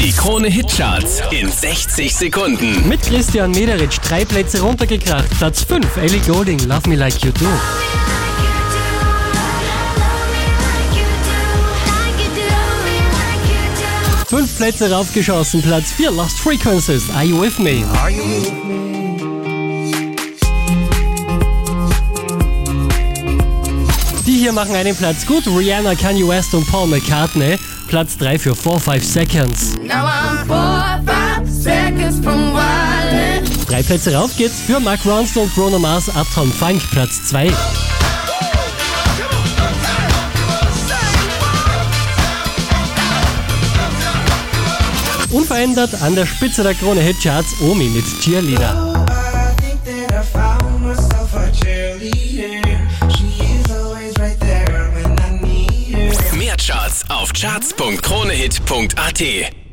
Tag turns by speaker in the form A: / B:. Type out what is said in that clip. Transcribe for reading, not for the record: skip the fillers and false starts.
A: Die Krone-Hitcharts in 60 Sekunden.
B: Mit Christian Mederitsch 3 Plätze runtergekracht. Platz 5, Ellie Goulding, Love Me Like You Do. 5 Plätze raufgeschossen, Platz 4, Lost Frequencies, Are You With Me? Die hier machen einen Platz gut, Rihanna, Kanye West und Paul McCartney. Platz 3 für 4-5 Seconds. 3 Plätze rauf geht's für Mark Ronson und Bruno Mars, Uptown Funk, Platz 2. Unverändert an der Spitze der Krone-Hitcharts Omi mit Cheerleader.
A: Mehr Charts auf charts.kronehit.at.